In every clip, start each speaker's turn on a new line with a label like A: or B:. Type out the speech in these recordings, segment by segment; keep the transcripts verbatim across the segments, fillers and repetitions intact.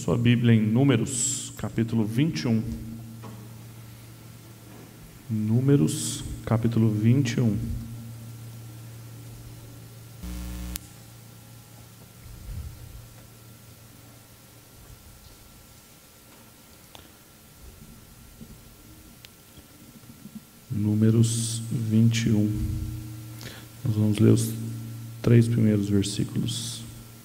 A: sua Bíblia em Números, capítulo vinte e um. Números, capítulo vinte e um. Números vinte e um. Nós vamos ler os três primeiros versículos.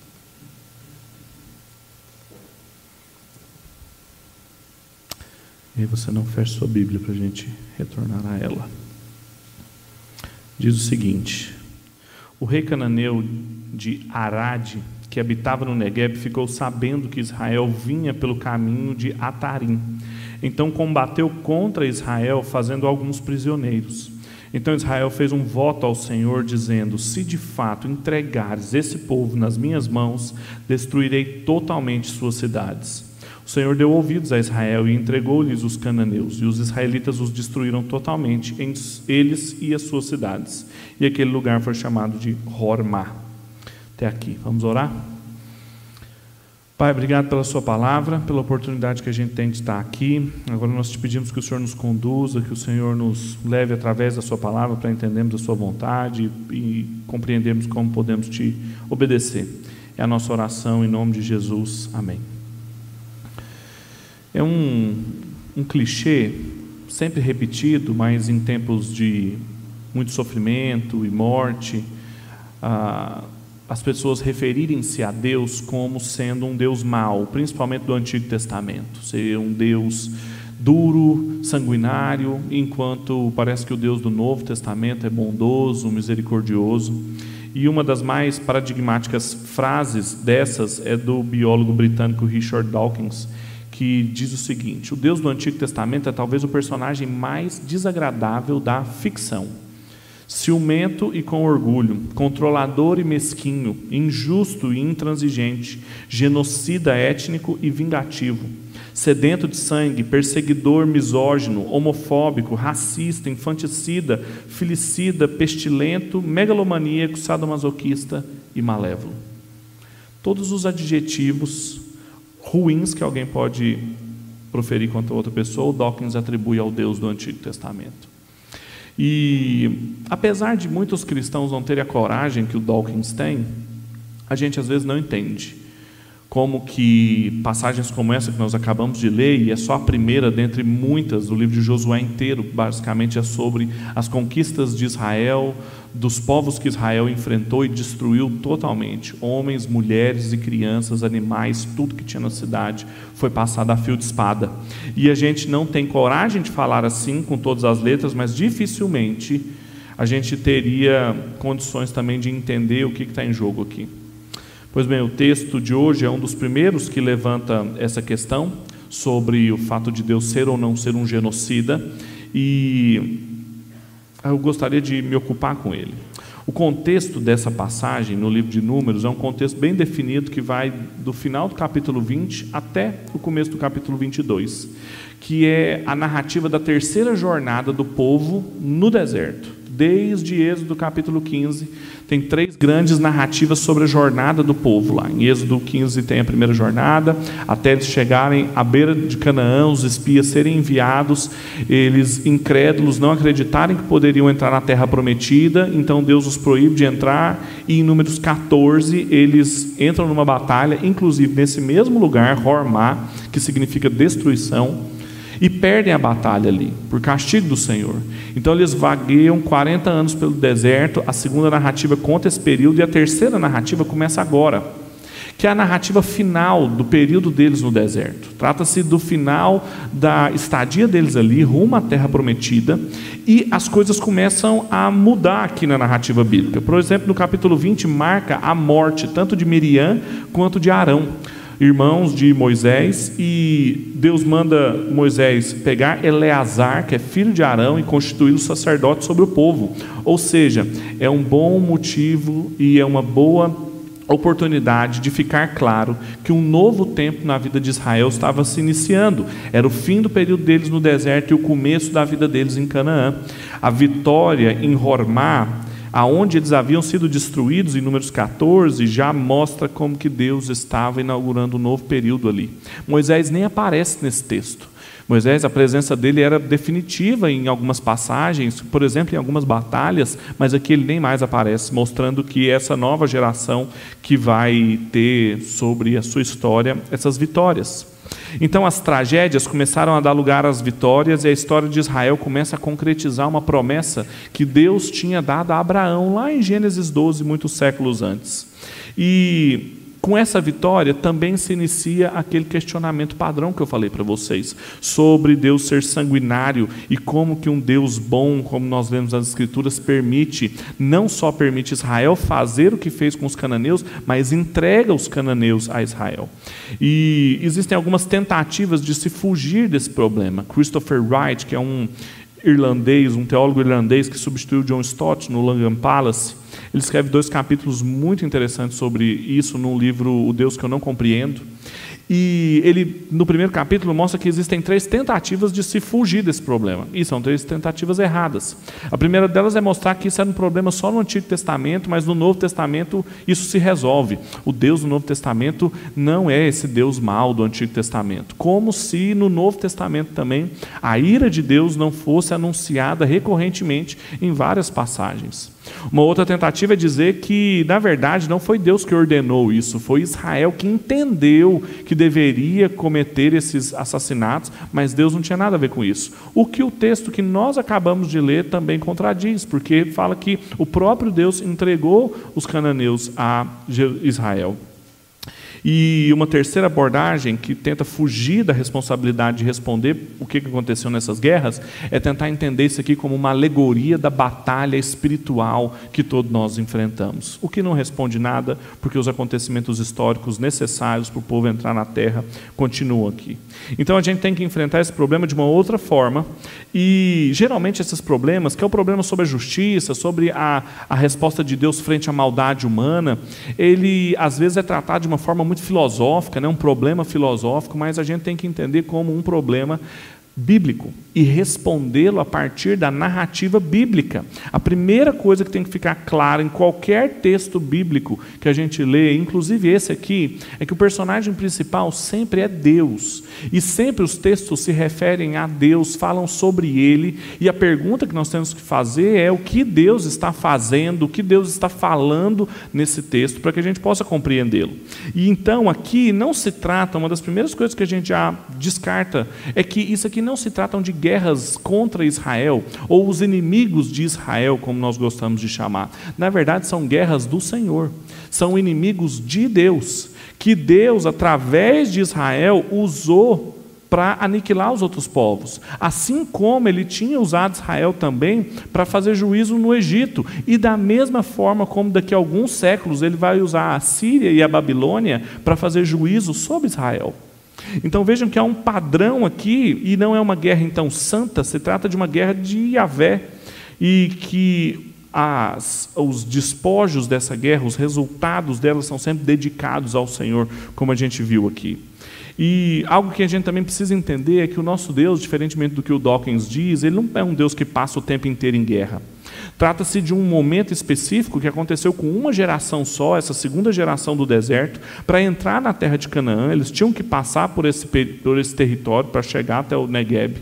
A: E aí você não fecha sua Bíblia para a gente retornar a ela. Diz o seguinte: o rei cananeu de Arade, que habitava no Negueb, ficou sabendo que Israel vinha pelo caminho de Atarim. Então combateu contra Israel, fazendo alguns prisioneiros. Então Israel fez um voto ao Senhor, dizendo: se de fato entregares esse povo nas minhas mãos, destruirei totalmente suas cidades. O Senhor deu ouvidos a Israel e entregou-lhes os cananeus, e os israelitas os destruíram totalmente, eles e as suas cidades. E aquele lugar foi chamado de Hormá. Até aqui, vamos orar? Pai, obrigado pela sua palavra, pela oportunidade que a gente tem de estar aqui. Agora nós te pedimos que o Senhor nos conduza, que o Senhor nos leve através da sua palavra para entendermos a sua vontade e compreendermos como podemos te obedecer. É a nossa oração em nome de Jesus. Amém. É um, um clichê sempre repetido, mas em tempos de muito sofrimento e morte, ah, as pessoas referirem-se a Deus como sendo um Deus mau, principalmente do Antigo Testamento, ser um Deus duro, sanguinário, enquanto parece que o Deus do Novo Testamento é bondoso, misericordioso. E uma das mais paradigmáticas frases dessas é do biólogo britânico Richard Dawkins, que diz o seguinte: o Deus do Antigo Testamento é talvez o personagem mais desagradável da ficção. Ciumento e com orgulho, controlador e mesquinho, injusto e intransigente, genocida étnico e vingativo, sedento de sangue, perseguidor, misógino, homofóbico, racista, infanticida, filicida, pestilento, megalomaníaco, sadomasoquista e malévolo. Todos os adjetivos ruins que alguém pode proferir contra outra pessoa, o Dawkins atribui ao Deus do Antigo Testamento. E apesar de muitos cristãos não terem a coragem que o Dawkins tem, a gente às vezes não entende como que passagens como essa que nós acabamos de ler, e é só a primeira dentre muitas, o livro de Josué inteiro basicamente é sobre as conquistas de Israel, dos povos que Israel enfrentou e destruiu totalmente, homens, mulheres e crianças, animais, tudo que tinha na cidade foi passado a fio de espada. E a gente não tem coragem de falar assim com todas as letras, mas dificilmente a gente teria condições também de entender o que está em jogo aqui. Pois bem, o texto de hoje é um dos primeiros que levanta essa questão sobre o fato de Deus ser ou não ser um genocida, e eu gostaria de me ocupar com ele. O contexto dessa passagem no livro de Números é um contexto bem definido que vai do final do capítulo vinte até o começo do capítulo vinte e dois, que é a narrativa da terceira jornada do povo no deserto. Desde Êxodo capítulo quinze, tem três grandes narrativas sobre a jornada do povo lá. Em Êxodo quinze tem a primeira jornada, até eles chegarem à beira de Canaã, os espias serem enviados, eles incrédulos não acreditarem que poderiam entrar na terra prometida, então Deus os proíbe de entrar, e em Números catorze eles entram numa batalha, inclusive nesse mesmo lugar, Hormá, que significa destruição, e perdem a batalha ali, por castigo do Senhor. Então eles vagueiam quarenta anos pelo deserto. A segunda narrativa conta esse período, e a terceira narrativa começa agora, que é a narrativa final do período deles no deserto. Trata-se do final da estadia deles ali, rumo à terra prometida, e as coisas começam a mudar aqui na narrativa bíblica. Por exemplo, no capítulo vinte marca a morte tanto de Miriam quanto de Arão, irmãos de Moisés, e Deus manda Moisés pegar Eleazar, que é filho de Arão, e constituí-lo sacerdote sobre o povo. Ou seja, é um bom motivo e é uma boa oportunidade de ficar claro que um novo tempo na vida de Israel estava se iniciando. Era o fim do período deles no deserto e o começo da vida deles em Canaã. A vitória em Hormá aonde eles haviam sido destruídos, em Números quatorze, já mostra como que Deus estava inaugurando um novo período ali. Moisés nem aparece nesse texto. Moisés, a presença dele era definitiva em algumas passagens, por exemplo, em algumas batalhas, mas aqui ele nem mais aparece, mostrando que essa nova geração que vai ter sobre a sua história essas vitórias. Então as tragédias começaram a dar lugar às vitórias e a história de Israel começa a concretizar uma promessa que Deus tinha dado a Abraão lá em Gênesis doze, muitos séculos antes. E com essa vitória também se inicia aquele questionamento padrão que eu falei para vocês, sobre Deus ser sanguinário e como que um Deus bom, como nós vemos nas Escrituras, permite, não só permite Israel fazer o que fez com os cananeus, mas entrega os cananeus a Israel. E existem algumas tentativas de se fugir desse problema. Christopher Wright, que é um irlandês, um teólogo irlandês que substituiu John Stott no Langham Palace, ele escreve dois capítulos muito interessantes sobre isso no livro O Deus que eu não compreendo. E ele, no primeiro capítulo, mostra que existem três tentativas de se fugir desse problema. E são três tentativas erradas. A primeira delas é mostrar que isso era um problema só no Antigo Testamento, mas no Novo Testamento isso se resolve. O Deus do Novo Testamento não é esse Deus mau do Antigo Testamento. Como se no Novo Testamento também a ira de Deus não fosse anunciada recorrentemente em várias passagens. Uma outra tentativa é dizer que, na verdade, não foi Deus que ordenou isso, foi Israel que entendeu que deveria cometer esses assassinatos, mas Deus não tinha nada a ver com isso. O que o texto que nós acabamos de ler também contradiz, porque fala que o próprio Deus entregou os cananeus a Israel. E uma terceira abordagem que tenta fugir da responsabilidade de responder o que aconteceu nessas guerras é tentar entender isso aqui como uma alegoria da batalha espiritual que todos nós enfrentamos. O que não responde nada, porque os acontecimentos históricos necessários para o povo entrar na terra continuam aqui. Então a gente tem que enfrentar esse problema de uma outra forma, e geralmente esses problemas, que é o problema sobre a justiça, sobre a, a resposta de Deus frente à maldade humana, ele às vezes é tratado de uma forma muito filosófica, né? Um problema filosófico, mas a gente tem que entender como um problema bíblico e respondê-lo a partir da narrativa bíblica. A primeira coisa que tem que ficar clara em qualquer texto bíblico que a gente lê, inclusive esse aqui, é que o personagem principal sempre é Deus, e sempre os textos se referem a Deus, falam sobre Ele, e a pergunta que nós temos que fazer é o que Deus está fazendo, o que Deus está falando nesse texto, para que a gente possa compreendê-lo. E então aqui não se trata, uma das primeiras coisas que a gente já descarta, é que isso aqui não se tratam de guerras contra Israel, ou os inimigos de Israel, como nós gostamos de chamar. Na verdade, são guerras do Senhor. São inimigos de Deus, que Deus, através de Israel, usou para aniquilar os outros povos. Assim como Ele tinha usado Israel também para fazer juízo no Egito. E da mesma forma como daqui a alguns séculos Ele vai usar a Síria e a Babilônia para fazer juízo sobre Israel. Então vejam que há um padrão aqui, e não é uma guerra então santa, se trata de uma guerra de Yahvé, e que as, os despojos dessa guerra, os resultados dela são sempre dedicados ao Senhor, como a gente viu aqui. E algo que a gente também precisa entender é que o nosso Deus, diferentemente do que o Dawkins diz, Ele não é um Deus que passa o tempo inteiro em guerra. Trata-se de um momento específico que aconteceu com uma geração só, essa segunda geração do deserto, para entrar na terra de Canaã. Eles tinham que passar por esse, por esse território para chegar até o Negueb.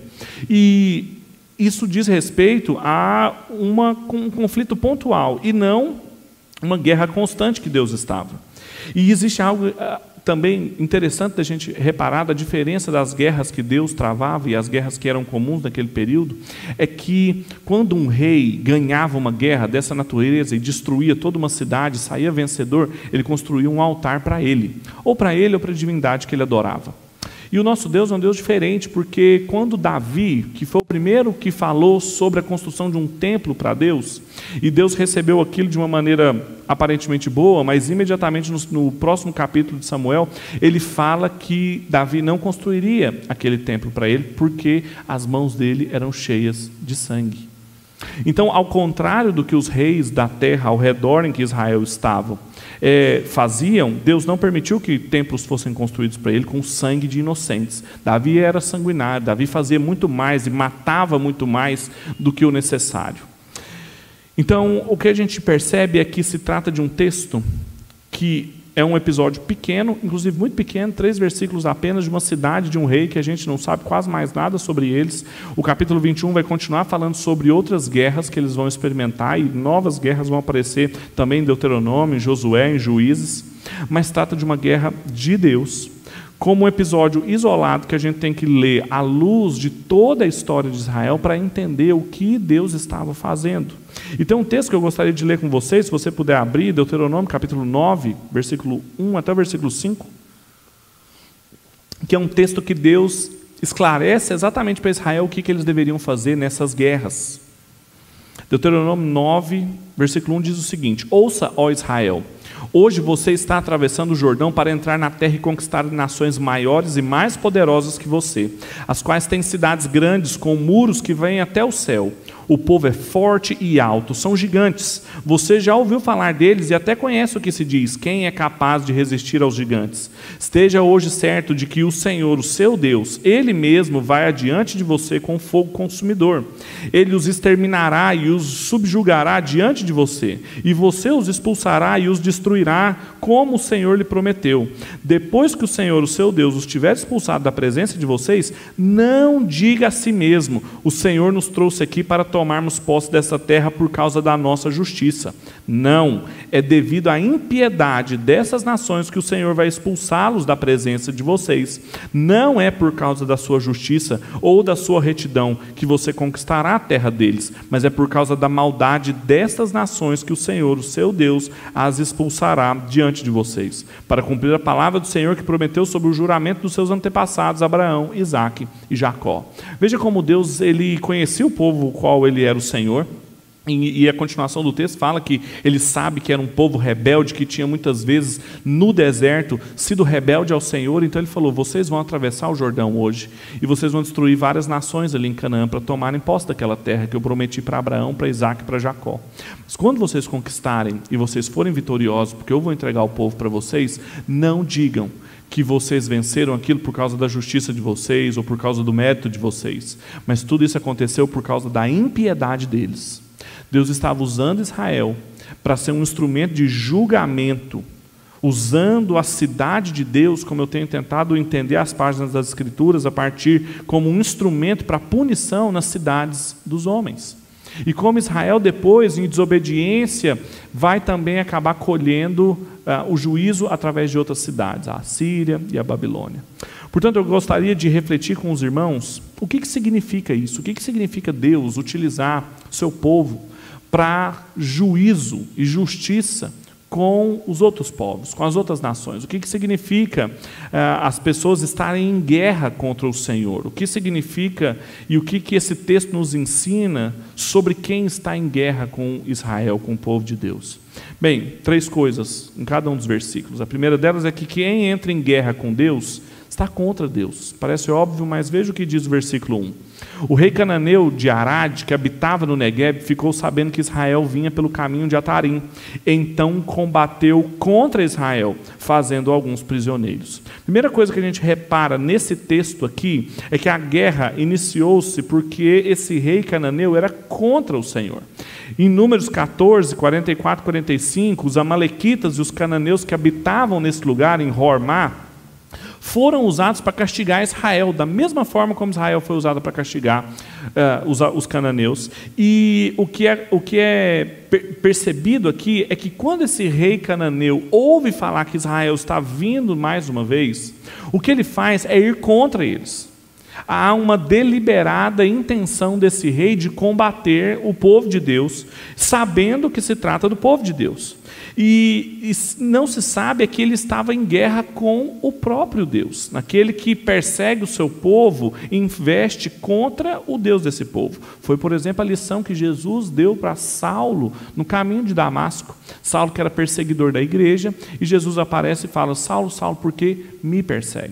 A: E isso diz respeito a uma, um conflito pontual, e não uma guerra constante que Deus estava. E existe algo também interessante da gente reparar, da diferença das guerras que Deus travava e as guerras que eram comuns naquele período, é que quando um rei ganhava uma guerra dessa natureza e destruía toda uma cidade, saía vencedor, ele construía um altar para ele, ou para ele ou para a divindade que ele adorava. E o nosso Deus é um Deus diferente, porque quando Davi, que foi o primeiro que falou sobre a construção de um templo para Deus, e Deus recebeu aquilo de uma maneira aparentemente boa, mas imediatamente no, no próximo capítulo de Samuel, ele fala que Davi não construiria aquele templo para ele, porque as mãos dele eram cheias de sangue. Então, ao contrário do que os reis da terra ao redor em que Israel estava é, faziam, Deus não permitiu que templos fossem construídos para ele com sangue de inocentes. Davi era sanguinário, Davi fazia muito mais e matava muito mais do que o necessário. Então, o que a gente percebe é que se trata de um texto que é um episódio pequeno, inclusive muito pequeno, três versículos apenas, de uma cidade, de um rei, que a gente não sabe quase mais nada sobre eles. O capítulo vinte e um vai continuar falando sobre outras guerras que eles vão experimentar, e novas guerras vão aparecer também em Deuteronômio, em Josué, em Juízes. Mas trata de uma guerra de Deus, como um episódio isolado que a gente tem que ler à luz de toda a história de Israel para entender o que Deus estava fazendo. E tem um texto que eu gostaria de ler com vocês, se você puder abrir, Deuteronômio capítulo nove, versículo um até o versículo cinco, que é um texto que Deus esclarece exatamente para Israel o que, que eles deveriam fazer nessas guerras. Deuteronômio nove, versículo um diz o seguinte: ouça, ó Israel, hoje você está atravessando o Jordão para entrar na terra e conquistar nações maiores e mais poderosas que você, as quais têm cidades grandes com muros que vêm até o céu. O povo é forte e alto, são gigantes. Você já ouviu falar deles e até conhece o que se diz: quem é capaz de resistir aos gigantes? Esteja hoje certo de que o Senhor, o seu Deus, Ele mesmo vai adiante de você com fogo consumidor. Ele os exterminará e os subjugará diante de você, e você os expulsará e os destruirá, como o Senhor lhe prometeu. Depois que o Senhor, o seu Deus, os tiver expulsado da presença de vocês, não diga a si mesmo: o Senhor nos trouxe aqui para tomarmos posse dessa terra por causa da nossa justiça. Não, é devido à impiedade dessas nações que o Senhor vai expulsá-los da presença de vocês. Não é por causa da sua justiça ou da sua retidão que você conquistará a terra deles, mas é por causa da maldade destas nações que o Senhor, o seu Deus, as expulsará diante de vocês, para cumprir a palavra do Senhor que prometeu sob o juramento dos seus antepassados, Abraão, Isaque e Jacó. Veja como Deus, ele conhecia o povo qual ele era o Senhor, e a continuação do texto fala que ele sabe que era um povo rebelde, que tinha muitas vezes no deserto sido rebelde ao Senhor. Então ele falou: vocês vão atravessar o Jordão hoje e vocês vão destruir várias nações ali em Canaã para tomarem posse daquela terra que eu prometi para Abraão, para Isaque e para Jacó. Mas quando vocês conquistarem e vocês forem vitoriosos, porque eu vou entregar o povo para vocês, não digam que vocês venceram aquilo por causa da justiça de vocês ou por causa do mérito de vocês, mas tudo isso aconteceu por causa da impiedade deles. Deus estava usando Israel para ser um instrumento de julgamento, usando a cidade de Deus, como eu tenho tentado entender as páginas das Escrituras, a partir como um instrumento para punição nas cidades dos homens. E como Israel depois, em desobediência, vai também acabar colhendo uh, o juízo através de outras cidades, a Assíria e a Babilônia. Portanto, eu gostaria de refletir com os irmãos o que, que significa isso, o que, que significa Deus utilizar o seu povo para juízo e justiça com os outros povos, com as outras nações. O que, que significa uh, as pessoas estarem em guerra contra o Senhor? O que significa e o que, que esse texto nos ensina sobre quem está em guerra com Israel, com o povo de Deus? Bem, três coisas em cada um dos versículos. A primeira delas é que quem entra em guerra com Deus está contra Deus. Parece óbvio, mas veja o que diz o versículo um. O rei cananeu de Arad, que habitava no Negueb, ficou sabendo que Israel vinha pelo caminho de Atarim. Então combateu contra Israel, fazendo alguns prisioneiros. Primeira coisa que a gente repara nesse texto aqui é que a guerra iniciou-se porque esse rei cananeu era contra o Senhor. Em Números catorze, quarenta e quatro, quarenta e cinco, os amalequitas e os cananeus que habitavam nesse lugar, em Hormá, foram usados para castigar Israel, da mesma forma como Israel foi usado para castigar uh, os, os cananeus. E o que é, o que é per percebido aqui é que quando esse rei cananeu ouve falar que Israel está vindo mais uma vez, o que ele faz é ir contra eles. Há uma deliberada intenção desse rei de combater o povo de Deus, sabendo que se trata do povo de Deus. E, e não se sabe é que ele estava em guerra com o próprio Deus, naquele que persegue o seu povo e investe contra o Deus desse povo. Foi, por exemplo, a lição que Jesus deu para Saulo no caminho de Damasco. Saulo, que era perseguidor da igreja, e Jesus aparece e fala: Saulo, Saulo, por que me persegues?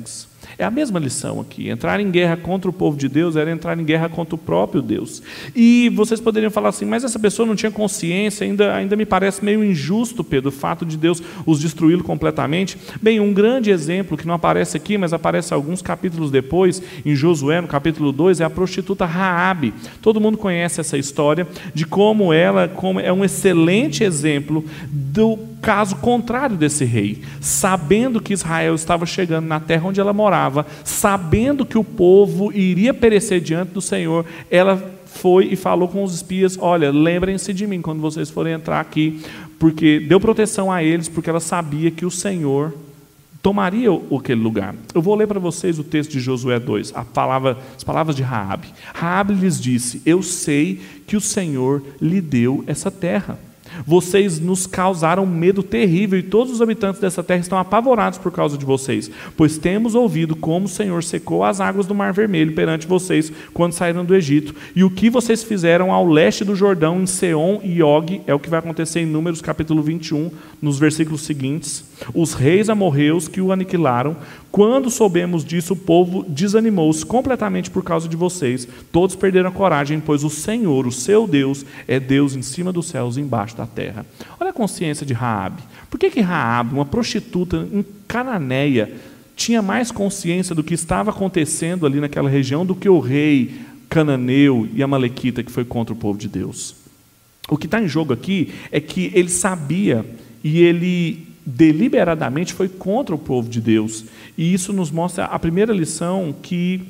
A: É a mesma lição aqui. Entrar em guerra contra o povo de Deus era entrar em guerra contra o próprio Deus. E vocês poderiam falar assim, mas essa pessoa não tinha consciência, ainda, ainda me parece meio injusto, Pedro, o fato de Deus os destruí-lo completamente. Bem, um grande exemplo que não aparece aqui, mas aparece alguns capítulos depois, em Josué, no capítulo dois, é a prostituta Raabe. Todo mundo conhece essa história de como ela como é um excelente exemplo do caso contrário desse rei. Sabendo que Israel estava chegando na terra onde ela morava, sabendo que o povo iria perecer diante do Senhor, ela foi e falou com os espias, olha, lembrem-se de mim quando vocês forem entrar aqui, porque deu proteção a eles, porque ela sabia que o Senhor tomaria aquele lugar. Eu vou ler para vocês o texto de Josué dois, a palavra, as palavras de Raabe. Raabe lhes disse, eu sei que o Senhor lhe deu essa terra. Vocês nos causaram medo terrível e todos os habitantes dessa terra estão apavorados por causa de vocês, pois temos ouvido como o Senhor secou as águas do Mar Vermelho perante vocês quando saíram do Egito, e o que vocês fizeram ao leste do Jordão, em Seom e Og, é o que vai acontecer em Números capítulo vinte e um, nos versículos seguintes. Os reis amorreus que o aniquilaram, quando soubemos disso, o povo desanimou-se completamente por causa de vocês. Todos perderam a coragem, pois o Senhor, o seu Deus, é Deus em cima dos céus e embaixo da terra. Olha a consciência de Raabe. Por que que Raabe, uma prostituta em cananeia, tinha mais consciência do que estava acontecendo ali naquela região do que o rei cananeu e amalequita que foi contra o povo de Deus? O que está em jogo aqui é que ele sabia e ele deliberadamente foi contra o povo de Deus. E isso nos mostra a primeira lição, que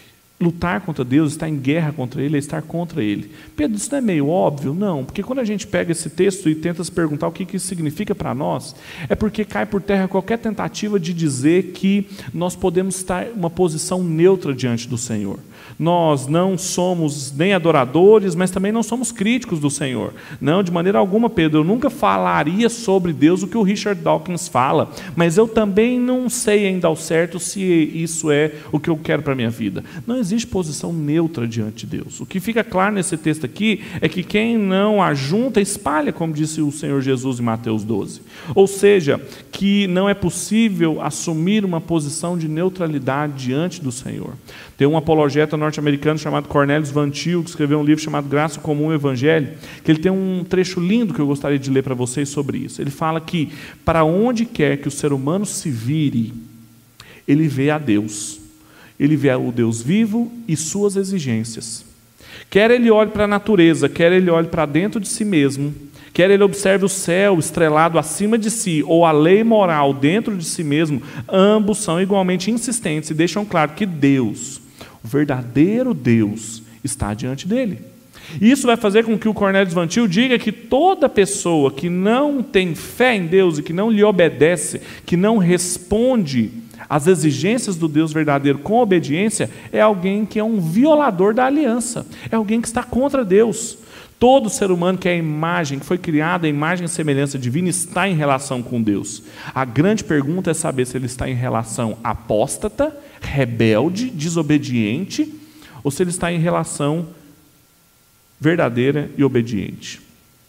A: lutar contra Deus, estar em guerra contra Ele, é estar contra Ele. Pedro, isso não é meio óbvio? Não, porque quando a gente pega esse texto e tenta se perguntar o que isso significa para nós, é porque cai por terra qualquer tentativa de dizer que nós podemos estar em uma posição neutra diante do Senhor. Nós não somos nem adoradores, mas também não somos críticos do Senhor. Não, de maneira alguma, Pedro, eu nunca falaria sobre Deus o que o Richard Dawkins fala, mas eu também não sei ainda ao certo se isso é o que eu quero para a minha vida. Não existe posição neutra diante de Deus. O que fica claro nesse texto aqui é que quem não ajunta, espalha, como disse o Senhor Jesus em Mateus doze. Ou seja, que não é possível assumir uma posição de neutralidade diante do Senhor. Tem um apologeta norte-americano chamado Cornelius Van Til, que escreveu um livro chamado Graça Comum e Evangelho, que ele tem um trecho lindo que eu gostaria de ler para vocês sobre isso. Ele fala que, para onde quer que o ser humano se vire, ele vê a Deus. Ele vê o Deus vivo e suas exigências. Quer ele olhe para a natureza, quer ele olhe para dentro de si mesmo, quer ele observe o céu estrelado acima de si, ou a lei moral dentro de si mesmo, ambos são igualmente insistentes e deixam claro que Deus, o verdadeiro Deus, está diante dele. E isso vai fazer com que o Cornelius Van Til diga que toda pessoa que não tem fé em Deus e que não lhe obedece, que não responde às exigências do Deus verdadeiro com obediência, é alguém que é um violador da aliança, é alguém que está contra Deus. Todo ser humano que é a imagem, que foi criado à imagem e semelhança divina, está em relação com Deus. A grande pergunta é saber se ele está em relação apóstata, rebelde, desobediente, ou se ele está em relação verdadeira e obediente.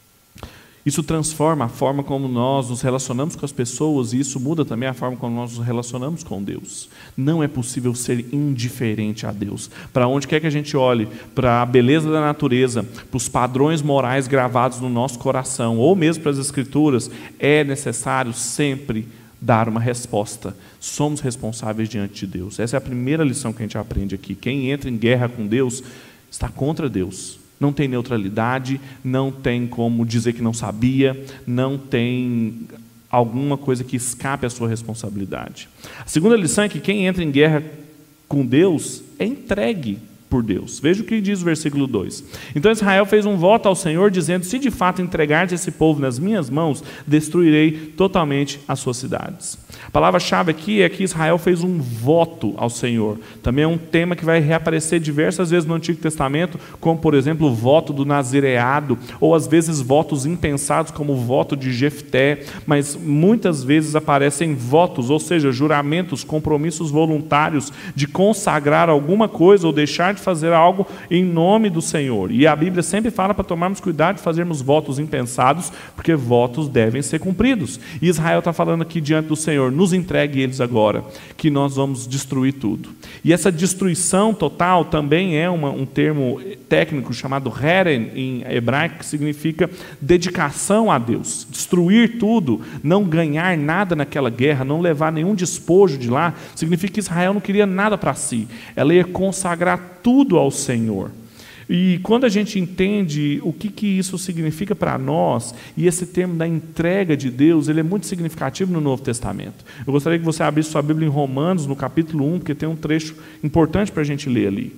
A: Isso transforma a forma como nós nos relacionamos com as pessoas, e isso muda também a forma como nós nos relacionamos com Deus. Não é possível ser indiferente a Deus. Para onde quer que a gente olhe, para a beleza da natureza, para os padrões morais gravados no nosso coração, ou mesmo para as Escrituras, é necessário sempre dar uma resposta. Somos responsáveis diante de Deus. Essa é a primeira lição que a gente aprende aqui. Quem entra em guerra com Deus está contra Deus. Não tem neutralidade, não tem como dizer que não sabia, não tem alguma coisa que escape à sua responsabilidade. A segunda lição é que quem entra em guerra com Deus é entregue por Deus. Veja o que diz o versículo dois. Então Israel fez um voto ao Senhor, dizendo, se de fato entregares esse povo nas minhas mãos, destruirei totalmente as suas cidades. A palavra-chave aqui é que Israel fez um voto ao Senhor. Também é um tema que vai reaparecer diversas vezes no Antigo Testamento, como por exemplo o voto do nazireado, ou às vezes votos impensados como o voto de Jefté, mas muitas vezes aparecem votos, ou seja, juramentos, compromissos voluntários de consagrar alguma coisa ou deixar de fazer algo em nome do Senhor. E a Bíblia sempre fala para tomarmos cuidado de fazermos votos impensados, porque votos devem ser cumpridos. E Israel está falando aqui diante do Senhor: nos entregue eles agora, que nós vamos destruir tudo. E essa destruição total também é uma, um termo técnico chamado heren em hebraico, que significa dedicação a Deus. Destruir tudo, não ganhar nada naquela guerra, não levar nenhum despojo de lá, significa que Israel não queria nada para si. Ela ia consagrar tudo ao Senhor. E quando a gente entende o que, que isso significa para nós, e esse termo da entrega de Deus, ele é muito significativo no Novo Testamento. Eu gostaria que você abrisse sua Bíblia em Romanos, no capítulo um, porque tem um trecho importante para a gente ler ali.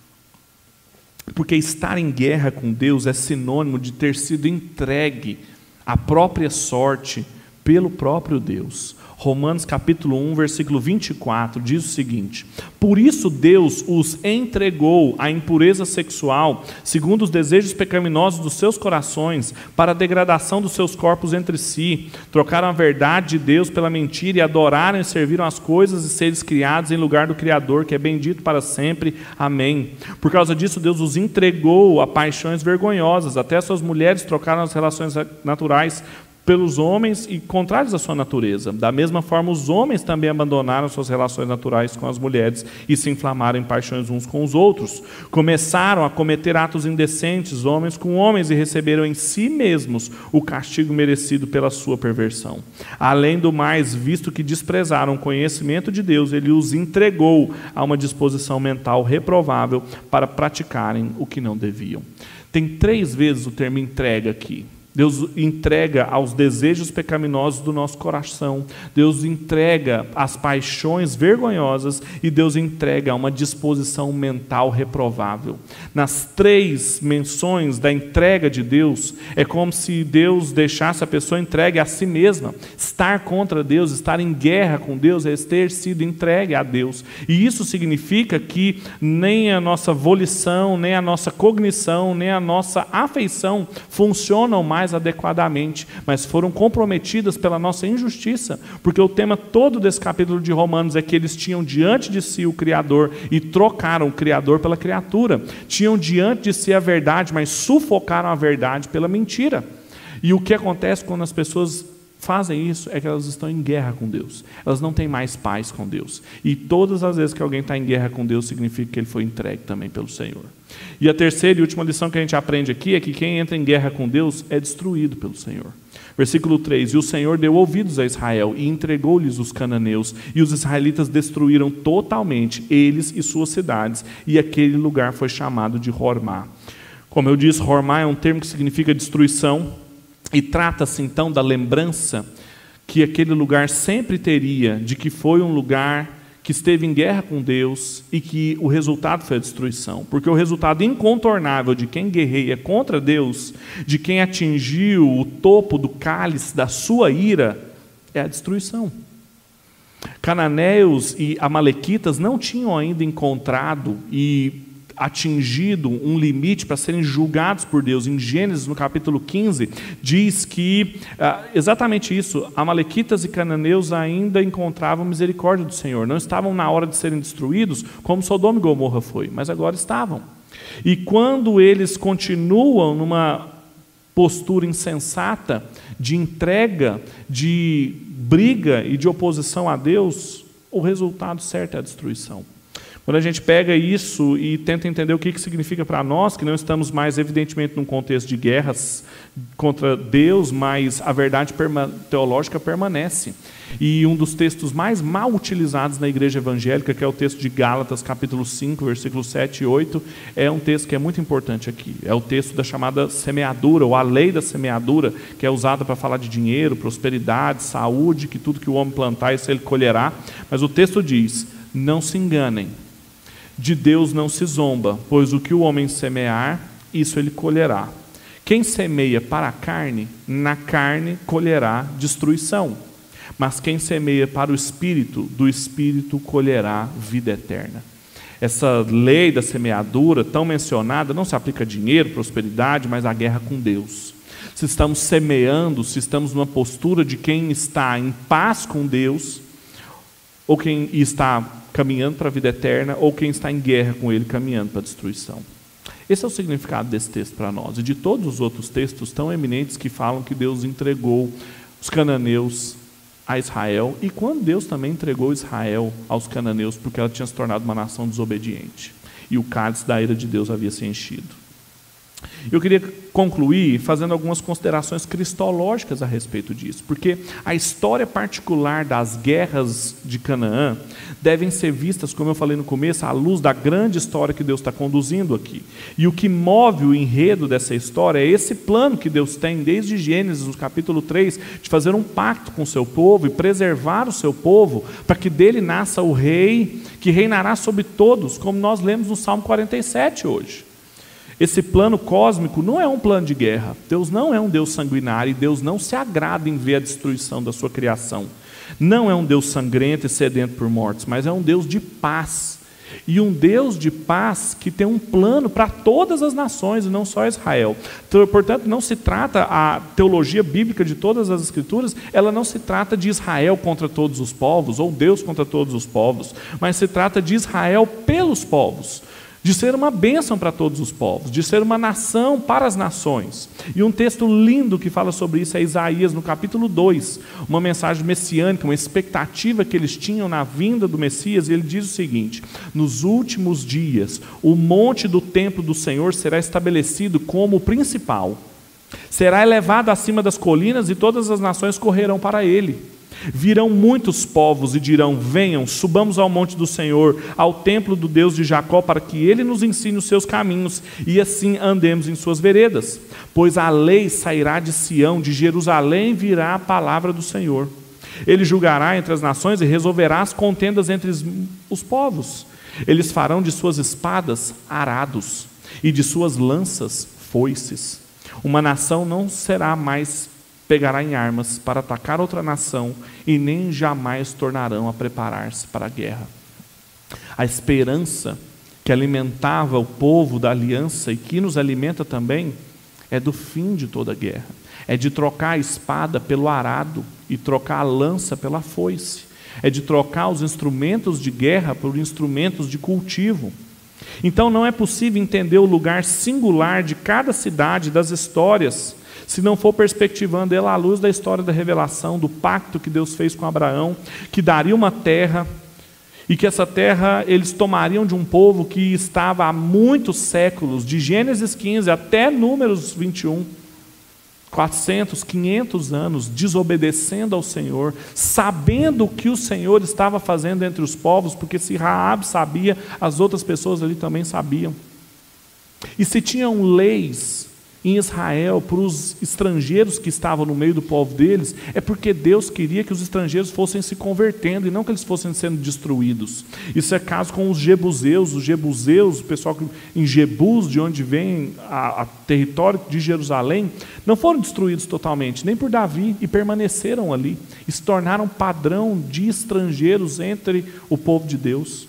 A: Porque estar em guerra com Deus é sinônimo de ter sido entregue à própria sorte pelo próprio Deus. Romanos capítulo um, versículo vinte e quatro, diz o seguinte: por isso Deus os entregou à impureza sexual, segundo os desejos pecaminosos dos seus corações, para a degradação dos seus corpos entre si. Trocaram a verdade de Deus pela mentira e adoraram e serviram as coisas e seres criados em lugar do Criador, que é bendito para sempre. Amém. Por causa disso, Deus os entregou a paixões vergonhosas. Até suas mulheres trocaram as relações naturais pelos homens e contrários à sua natureza. Da mesma forma, os homens também abandonaram suas relações naturais com as mulheres e se inflamaram em paixões uns com os outros. Começaram a cometer atos indecentes, homens com homens, e receberam em si mesmos o castigo merecido pela sua perversão. Além do mais, visto que desprezaram o conhecimento de Deus, ele os entregou a uma disposição mental reprovável para praticarem o que não deviam. Tem três vezes o termo entrega aqui. Deus entrega aos desejos pecaminosos do nosso coração, Deus entrega às paixões vergonhosas e Deus entrega a uma disposição mental reprovável. Nas três menções da entrega de Deus, é como se Deus deixasse a pessoa entregue a si mesma. Estar contra Deus, estar em guerra com Deus, é ter sido entregue a Deus. E isso significa que nem a nossa volição, nem a nossa cognição, nem a nossa afeição funcionam mais mais adequadamente, mas foram comprometidas pela nossa injustiça, porque o tema todo desse capítulo de Romanos é que eles tinham diante de si o Criador e trocaram o Criador pela criatura. Tinham diante de si a verdade, mas sufocaram a verdade pela mentira. E o que acontece quando as pessoas fazem isso é que elas estão em guerra com Deus. Elas não têm mais paz com Deus. E todas as vezes que alguém está em guerra com Deus, significa que ele foi entregue também pelo Senhor. E a terceira e última lição que a gente aprende aqui é que quem entra em guerra com Deus é destruído pelo Senhor. Versículo três: e o Senhor deu ouvidos a Israel e entregou-lhes os cananeus, e os israelitas destruíram totalmente eles e suas cidades, e aquele lugar foi chamado de Hormá. Como eu disse, Hormá é um termo que significa destruição, e trata-se então da lembrança que aquele lugar sempre teria de que foi um lugar que esteve em guerra com Deus e que o resultado foi a destruição. Porque o resultado incontornável de quem guerreia contra Deus, de quem atingiu o topo do cálice da sua ira, é a destruição. Cananeus e amalequitas não tinham ainda encontrado e atingido um limite para serem julgados por Deus. Em Gênesis, no capítulo quinze, diz que ah, exatamente isso, amalequitas e cananeus ainda encontravam misericórdia do Senhor. Não estavam na hora de serem destruídos, como Sodoma e Gomorra foi, mas agora estavam. E quando eles continuam numa postura insensata, de entrega, de briga e de oposição a Deus, o resultado certo é a destruição. Quando a gente pega isso e tenta entender o que isso significa para nós, que não estamos mais, evidentemente, num contexto de guerras contra Deus, mas a verdade teológica permanece. E um dos textos mais mal utilizados na igreja evangélica, que é o texto de Gálatas, capítulo cinco, versículos sete e oito, é um texto que é muito importante aqui. É o texto da chamada semeadura, ou a lei da semeadura, que é usada para falar de dinheiro, prosperidade, saúde, que tudo que o homem plantar, isso ele colherá. Mas o texto diz: não se enganem, de Deus não se zomba, pois o que o homem semear, isso ele colherá. Quem semeia para a carne, na carne colherá destruição. Mas quem semeia para o Espírito, do Espírito colherá vida eterna. Essa lei da semeadura, tão mencionada, não se aplica a dinheiro, prosperidade, mas à guerra com Deus. Se estamos semeando, se estamos numa postura de quem está em paz com Deus, ou quem está caminhando para a vida eterna, ou quem está em guerra com ele, caminhando para a destruição. Esse é o significado desse texto para nós, e de todos os outros textos tão eminentes que falam que Deus entregou os cananeus a Israel, e quando Deus também entregou Israel aos cananeus, porque ela tinha se tornado uma nação desobediente, e o cálice da ira de Deus havia se enchido. Eu queria concluir fazendo algumas considerações cristológicas a respeito disso, porque a história particular das guerras de Canaã devem ser vistas, como eu falei no começo, à luz da grande história que Deus está conduzindo aqui. E o que move o enredo dessa história é esse plano que Deus tem desde Gênesis, no capítulo três, de fazer um pacto com o seu povo e preservar o seu povo, para que dele nasça o rei que reinará sobre todos, como nós lemos no Salmo quarenta e sete hoje. Esse plano cósmico não é um plano de guerra. Deus não é um Deus sanguinário, e Deus não se agrada em ver a destruição da sua criação. Não é um Deus sangrento e sedento por mortes, mas é um Deus de paz. E um Deus de paz que tem um plano para todas as nações, e não só Israel. Então, portanto, não se trata, a teologia bíblica de todas as Escrituras, ela não se trata de Israel contra todos os povos, ou Deus contra todos os povos, mas se trata de Israel pelos povos, de ser uma bênção para todos os povos, de ser uma nação para as nações. E um texto lindo que fala sobre isso é Isaías, no capítulo dois, uma mensagem messiânica, uma expectativa que eles tinham na vinda do Messias, e ele diz o seguinte: nos últimos dias, o monte do templo do Senhor será estabelecido como o principal, será elevado acima das colinas, e todas as nações correrão para ele. Virão muitos povos e dirão: venham, subamos ao monte do Senhor, ao templo do Deus de Jacó, para que ele nos ensine os seus caminhos, e assim andemos em suas veredas. Pois a lei sairá de Sião, de Jerusalém virá a palavra do Senhor. Ele julgará entre as nações e resolverá as contendas entre os povos. Eles farão de suas espadas arados, e de suas lanças foices. Uma nação não será mais pegará em armas para atacar outra nação, e nem jamais tornarão a preparar-se para a guerra. A esperança que alimentava o povo da aliança, e que nos alimenta também, é do fim de toda guerra. É de trocar a espada pelo arado, e trocar a lança pela foice. É de trocar os instrumentos de guerra por instrumentos de cultivo. Então não é possível entender o lugar singular de cada cidade das histórias, se não for perspectivando ela à luz da história da revelação, do pacto que Deus fez com Abraão, que daria uma terra, e que essa terra eles tomariam de um povo que estava há muitos séculos, de Gênesis quinze até Números vinte e um, quatrocentos, quinhentos anos, desobedecendo ao Senhor, sabendo o que o Senhor estava fazendo entre os povos, porque se Raabe sabia, as outras pessoas ali também sabiam. E se tinham leis em Israel para os estrangeiros que estavam no meio do povo deles, é porque Deus queria que os estrangeiros fossem se convertendo, e não que eles fossem sendo destruídos. Isso é caso com os jebuseus. Os jebuseus, o pessoal em Jebus, de onde vem a, a território de Jerusalém, não foram destruídos totalmente, nem por Davi, e permaneceram ali, e se tornaram padrão de estrangeiros entre o povo de Deus.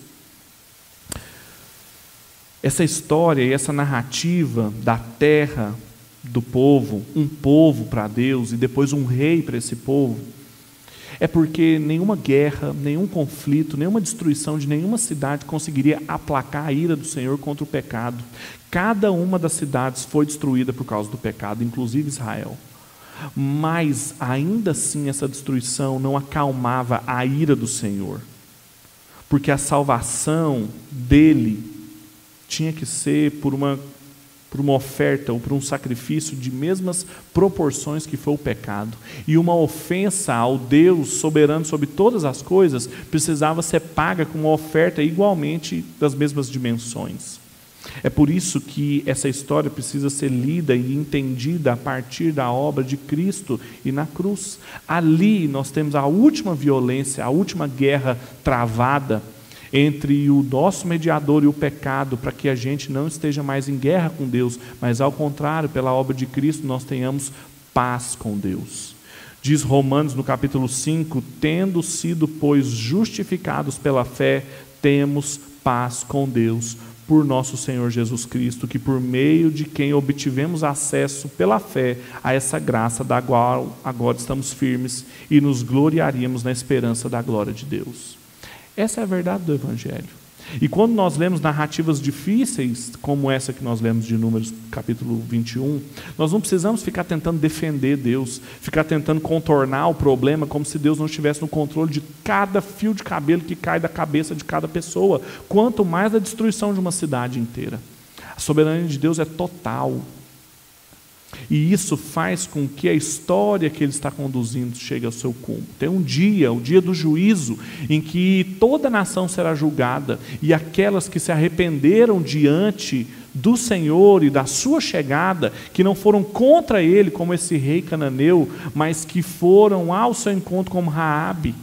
A: Essa história e essa narrativa da terra do povo, um povo para Deus e depois um rei para esse povo, é porque nenhuma guerra, nenhum conflito, nenhuma destruição de nenhuma cidade conseguiria aplacar a ira do Senhor contra o pecado. Cada uma das cidades foi destruída por causa do pecado, inclusive Israel. Mas ainda assim essa destruição não acalmava a ira do Senhor, porque a salvação dele tinha que ser por uma, por uma oferta ou por um sacrifício de mesmas proporções que foi o pecado. E uma ofensa ao Deus soberano sobre todas as coisas precisava ser paga com uma oferta igualmente das mesmas dimensões. É por isso que essa história precisa ser lida e entendida a partir da obra de Cristo e na cruz. Ali nós temos a última violência, a última guerra travada entre o nosso mediador e o pecado, para que a gente não esteja mais em guerra com Deus, mas ao contrário, pela obra de Cristo, nós tenhamos paz com Deus. Diz Romanos no capítulo cinco: tendo sido, pois, justificados pela fé, temos paz com Deus, por nosso Senhor Jesus Cristo, que por meio de quem obtivemos acesso pela fé a essa graça, da qual agora estamos firmes e nos gloriaríamos na esperança da glória de Deus. Essa é a verdade do Evangelho. E quando nós lemos narrativas difíceis, como essa que nós lemos de Números capítulo vinte e um, nós não precisamos ficar tentando defender Deus, ficar tentando contornar o problema como se Deus não estivesse no controle de cada fio de cabelo que cai da cabeça de cada pessoa, quanto mais a destruição de uma cidade inteira. A soberania de Deus é total. E isso faz com que a história que Ele está conduzindo chegue ao seu cume. Tem um dia, o dia do juízo, em que toda a nação será julgada, e aquelas que se arrependeram diante do Senhor e da sua chegada, que não foram contra Ele, como esse rei cananeu, mas que foram ao seu encontro como Raabe,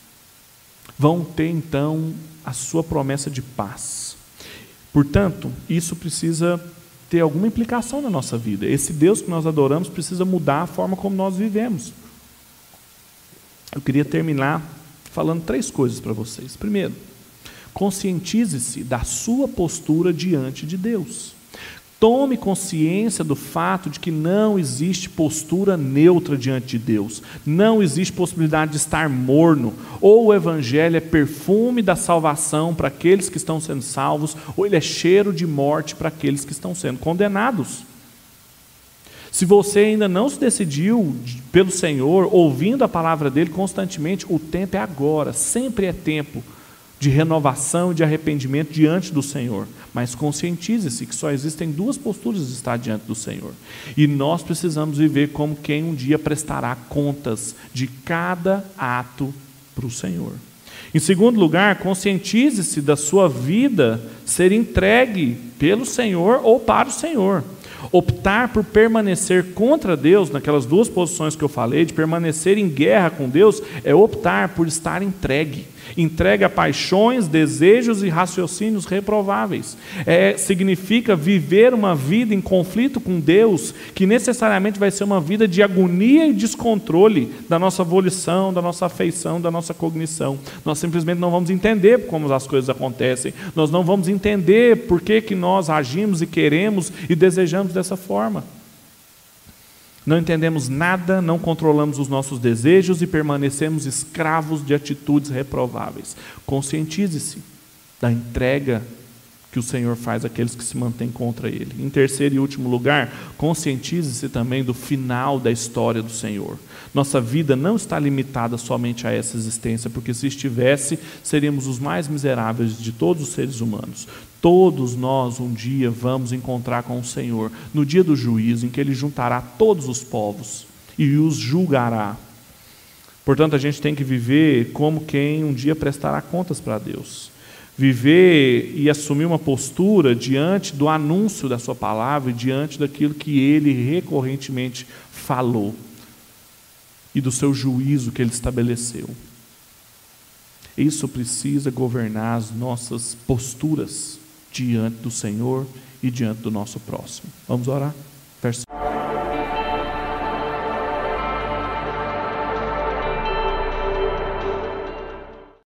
A: vão ter então a sua promessa de paz. Portanto, isso precisa ter alguma implicação na nossa vida. Esse Deus que nós adoramos precisa mudar a forma como nós vivemos. Eu queria terminar falando três coisas para vocês. Primeiro, conscientize-se da sua postura diante de Deus. Tome consciência do fato de que não existe postura neutra diante de Deus. Não existe possibilidade de estar morno. Ou o Evangelho é perfume da salvação para aqueles que estão sendo salvos, ou ele é cheiro de morte para aqueles que estão sendo condenados. Se você ainda não se decidiu pelo Senhor, ouvindo a palavra dele constantemente, o tempo é agora, sempre é tempo de renovação e de arrependimento diante do Senhor. Mas conscientize-se que só existem duas posturas de estar diante do Senhor. E nós precisamos viver como quem um dia prestará contas de cada ato para o Senhor. Em segundo lugar, conscientize-se da sua vida ser entregue pelo Senhor ou para o Senhor. Optar por permanecer contra Deus, naquelas duas posições que eu falei, de permanecer em guerra com Deus, é optar por estar entregue. Entregue a paixões, desejos e raciocínios reprováveis. É, significa viver uma vida em conflito com Deus, que necessariamente vai ser uma vida de agonia e descontrole da nossa volição, da nossa afeição, da nossa cognição. Nós simplesmente não vamos entender como as coisas acontecem. Nós não vamos entender por que que nós agimos e queremos e desejamos dessa forma. Não entendemos nada, não controlamos os nossos desejos e permanecemos escravos de atitudes reprováveis. Conscientize-se da entrega que o Senhor faz àqueles que se mantêm contra Ele. Em terceiro e último lugar, conscientize-se também do final da história do Senhor. Nossa vida não está limitada somente a essa existência, porque se estivesse, seríamos os mais miseráveis de todos os seres humanos. Todos nós um dia vamos encontrar com o Senhor, no dia do juízo, em que Ele juntará todos os povos e os julgará. Portanto, a gente tem que viver como quem um dia prestará contas para Deus. Viver e assumir uma postura diante do anúncio da sua palavra e diante daquilo que Ele recorrentemente falou e do seu juízo que Ele estabeleceu. Isso precisa governar as nossas posturas diante do Senhor e diante do nosso próximo. Vamos orar?